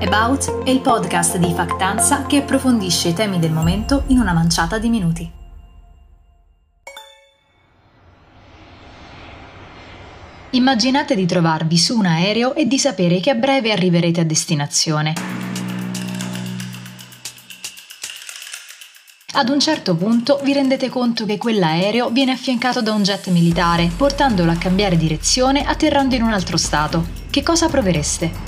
About è il podcast di Factanza che approfondisce i temi del momento in una manciata di minuti. Immaginate di trovarvi su un aereo e di sapere che a breve arriverete a destinazione. Ad un certo punto vi rendete conto che quell'aereo viene affiancato da un jet militare, portandolo a cambiare direzione atterrando in un altro stato. Che cosa provereste?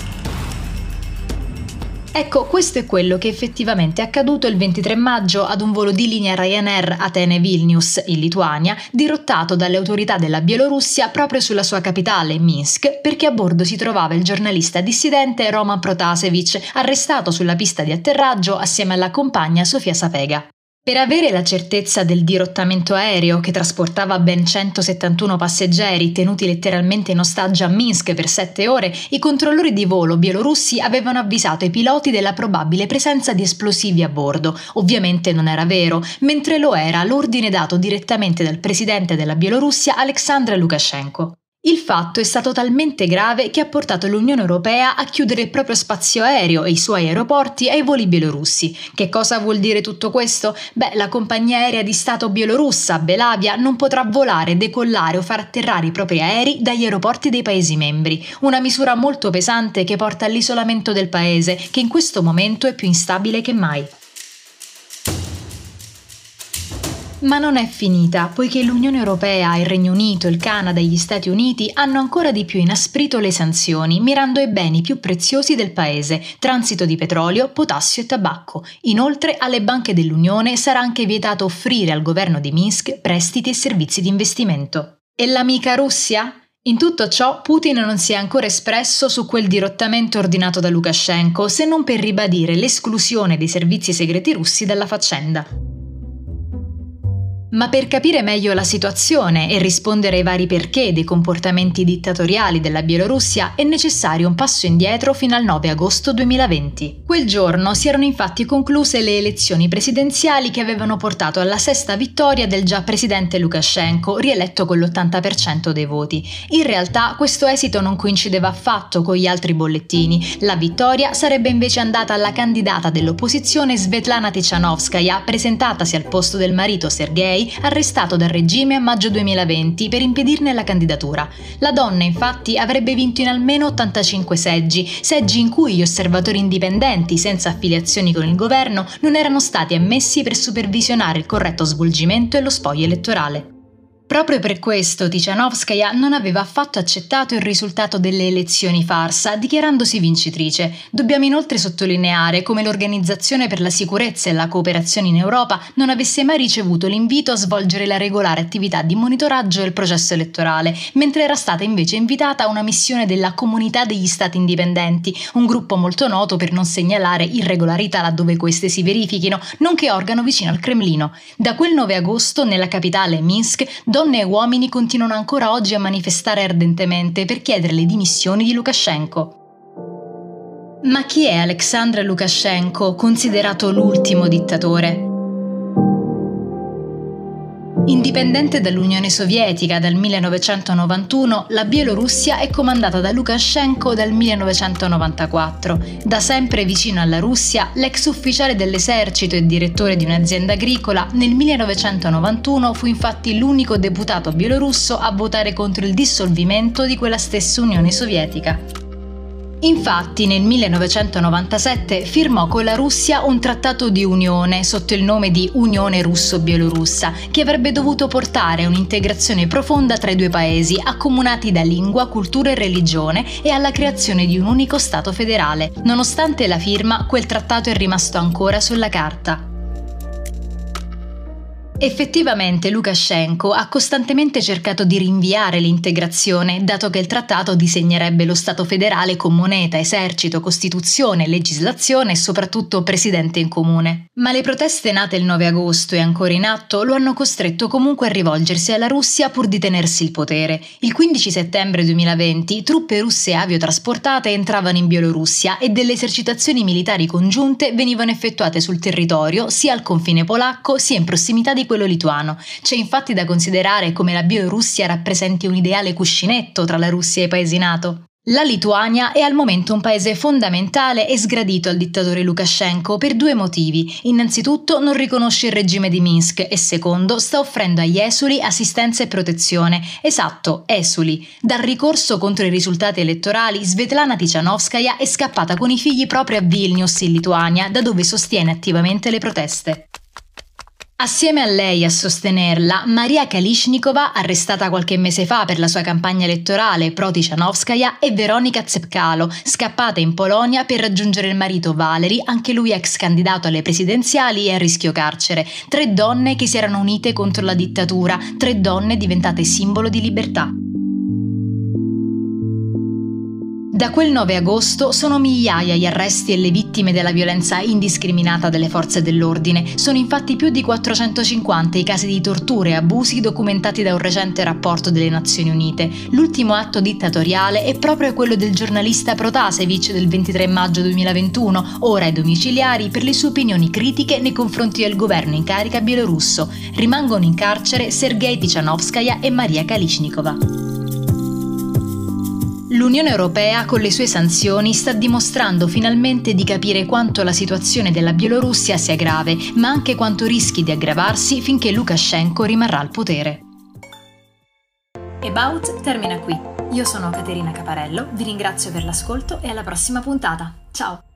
Ecco, questo è quello che effettivamente è accaduto il 23 maggio ad un volo di linea Ryanair Atene-Vilnius, in Lituania, dirottato dalle autorità della Bielorussia proprio sulla sua capitale, Minsk, perché a bordo si trovava il giornalista dissidente Roman Protasevich, arrestato sulla pista di atterraggio assieme alla compagna Sofia Sapega. Per avere la certezza del dirottamento aereo, che trasportava ben 171 passeggeri tenuti letteralmente in ostaggio a Minsk per 7 ore, i controllori di volo bielorussi avevano avvisato i piloti della probabile presenza di esplosivi a bordo. Ovviamente non era vero, mentre lo era l'ordine dato direttamente dal presidente della Bielorussia Alexandr Lukashenko. Il fatto è stato talmente grave che ha portato l'Unione Europea a chiudere il proprio spazio aereo e i suoi aeroporti ai voli bielorussi. Che cosa vuol dire tutto questo? La compagnia aerea di Stato bielorussa, Belavia, non potrà volare, decollare o far atterrare i propri aerei dagli aeroporti dei Paesi membri. Una misura molto pesante che porta all'isolamento del paese, che in questo momento è più instabile che mai. Ma non è finita, poiché l'Unione Europea, il Regno Unito, il Canada e gli Stati Uniti hanno ancora di più inasprito le sanzioni, mirando ai beni più preziosi del paese, transito di petrolio, potassio e tabacco. Inoltre, alle banche dell'Unione sarà anche vietato offrire al governo di Minsk prestiti e servizi di investimento. E l'amica Russia? In tutto ciò, Putin non si è ancora espresso su quel dirottamento ordinato da Lukashenko, se non per ribadire l'esclusione dei servizi segreti russi dalla faccenda. Ma per capire meglio la situazione e rispondere ai vari perché dei comportamenti dittatoriali della Bielorussia è necessario un passo indietro fino al 9 agosto 2020. Quel giorno si erano infatti concluse le elezioni presidenziali che avevano portato alla sesta vittoria del già presidente Lukashenko, rieletto con l'80% dei voti. In realtà questo esito non coincideva affatto con gli altri bollettini. La vittoria sarebbe invece andata alla candidata dell'opposizione Svetlana Tichanovskaya, presentatasi al posto del marito Sergei, arrestato dal regime a maggio 2020 per impedirne la candidatura. La donna infatti avrebbe vinto in almeno 85 seggi in cui gli osservatori indipendenti senza affiliazioni con il governo non erano stati ammessi per supervisionare il corretto svolgimento e lo spoglio elettorale. Proprio per questo Tichanovskaya non aveva affatto accettato il risultato delle elezioni farsa, dichiarandosi vincitrice. Dobbiamo inoltre sottolineare come l'Organizzazione per la Sicurezza e la Cooperazione in Europa non avesse mai ricevuto l'invito a svolgere la regolare attività di monitoraggio del processo elettorale, mentre era stata invece invitata a una missione della Comunità degli Stati Indipendenti, un gruppo molto noto per non segnalare irregolarità laddove queste si verifichino, nonché organo vicino al Cremlino. Da quel 9 agosto, nella capitale Minsk, donne e uomini continuano ancora oggi a manifestare ardentemente per chiedere le dimissioni di Lukashenko. Ma chi è Alexandr Lukashenko, considerato l'ultimo dittatore? Indipendente dall'Unione Sovietica dal 1991, la Bielorussia è comandata da Lukashenko dal 1994. Da sempre vicino alla Russia, l'ex ufficiale dell'esercito e direttore di un'azienda agricola, nel 1991 fu infatti l'unico deputato bielorusso a votare contro il dissolvimento di quella stessa Unione Sovietica. Infatti nel 1997 firmò con la Russia un trattato di unione sotto il nome di Unione Russo-Bielorussa, che avrebbe dovuto portare a un'integrazione profonda tra i due paesi, accomunati da lingua, cultura e religione, e alla creazione di un unico Stato federale. Nonostante la firma, quel trattato è rimasto ancora sulla carta. Effettivamente Lukashenko ha costantemente cercato di rinviare l'integrazione, dato che il trattato disegnerebbe lo Stato federale con moneta, esercito, costituzione, legislazione e soprattutto presidente in comune. Ma le proteste nate il 9 agosto e ancora in atto lo hanno costretto comunque a rivolgersi alla Russia pur di tenersi il potere. Il 15 settembre 2020 truppe russe aviotrasportate entravano in Bielorussia e delle esercitazioni militari congiunte venivano effettuate sul territorio sia al confine polacco sia in prossimità di quello lituano. C'è infatti da considerare come la Bielorussia rappresenti un ideale cuscinetto tra la Russia e i paesi NATO. La Lituania è al momento un paese fondamentale e sgradito al dittatore Lukashenko per due motivi. Innanzitutto non riconosce il regime di Minsk e secondo sta offrendo agli esuli assistenza e protezione. Esatto, esuli. Dal ricorso contro i risultati elettorali, Svetlana Tichanovskaya è scappata con i figli proprio a Vilnius in Lituania, da dove sostiene attivamente le proteste. Assieme a lei a sostenerla, Maria Kalishnikova, arrestata qualche mese fa per la sua campagna elettorale pro-Tichanovskaya, e Veronika Tsepkalo, scappata in Polonia per raggiungere il marito Valery, anche lui ex candidato alle presidenziali e a rischio carcere. 3 donne che si erano unite contro la dittatura, 3 donne diventate simbolo di libertà. Da quel 9 agosto sono migliaia gli arresti e le vittime della violenza indiscriminata delle forze dell'ordine. Sono infatti più di 450 i casi di torture e abusi documentati da un recente rapporto delle Nazioni Unite. L'ultimo atto dittatoriale è proprio quello del giornalista Protasevich del 23 maggio 2021, ora ai domiciliari per le sue opinioni critiche nei confronti del governo in carica bielorusso. Rimangono in carcere Sergei Tichanovskaya e Maria Kalishnikova. L'Unione Europea con le sue sanzioni sta dimostrando finalmente di capire quanto la situazione della Bielorussia sia grave, ma anche quanto rischi di aggravarsi finché Lukashenko rimarrà al potere. About termina qui. Io sono Caterina Caparello, vi ringrazio per l'ascolto e alla prossima puntata. Ciao!